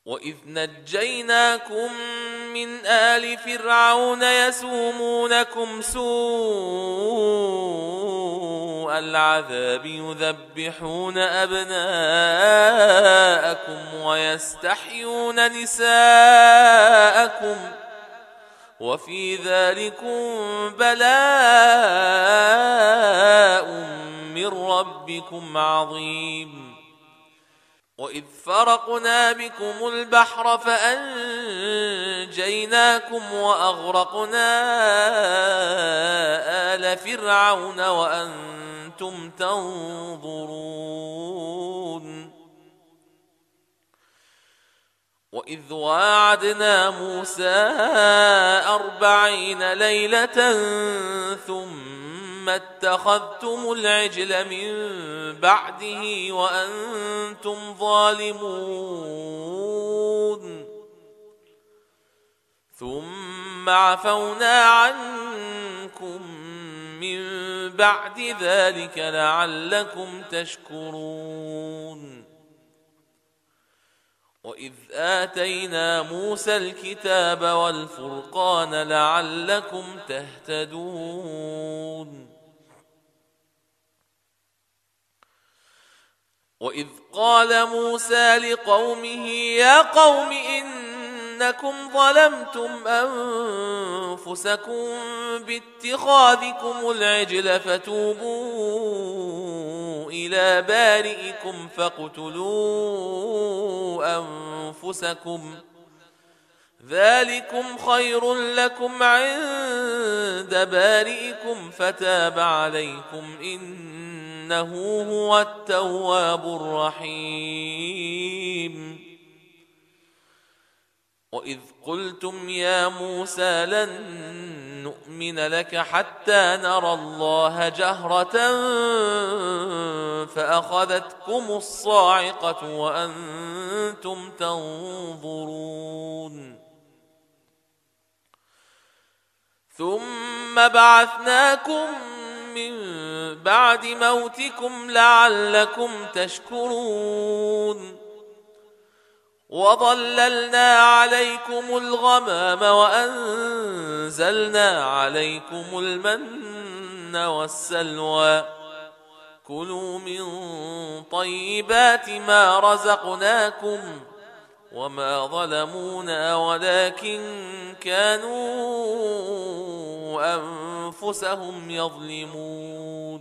وإذ نجيناكم من آل فرعون يسومونكم سوء العذاب يذبحون أبناءكم ويستحيون نساءكم وفي ذلكم بلاء من ربكم عظيم. وإذ فرقنا بكم البحر فأنجيناكم وأغرقنا آل فرعون وأنتم تنظرون. وإذ واعدنا موسى 40 ليلة ثم اتخذتم العجل من بعده وأنتم ظالمون ثم عفونا عنكم من بعد ذلك لعلكم تشكرون. وإذ آتينا موسى الكتاب والفرقان لعلكم تهتدون. وإذ قال موسى لقومه يا قوم إنكم ظلمتم أنفسكم باتخاذكم العجل فتوبوا إلى بارئكم فاقتلوا أنفسكم ذلكم خير لكم عند بارئكم فتاب عليكم إنه هو التواب الرحيم. وإذ قلتم يا موسى لن نؤمن لك حتى نرى الله جهرة فأخذتكم الصاعقة وأنتم تنظرون ثم بعثناكم من بعد موتكم لعلكم تشكرون. وظللنا عليكم الغمام وأنزلنا عليكم المن والسلوى كلوا من طيبات ما رزقناكم وما ظلمونا ولكن كانوا أنفسهم يظلمون.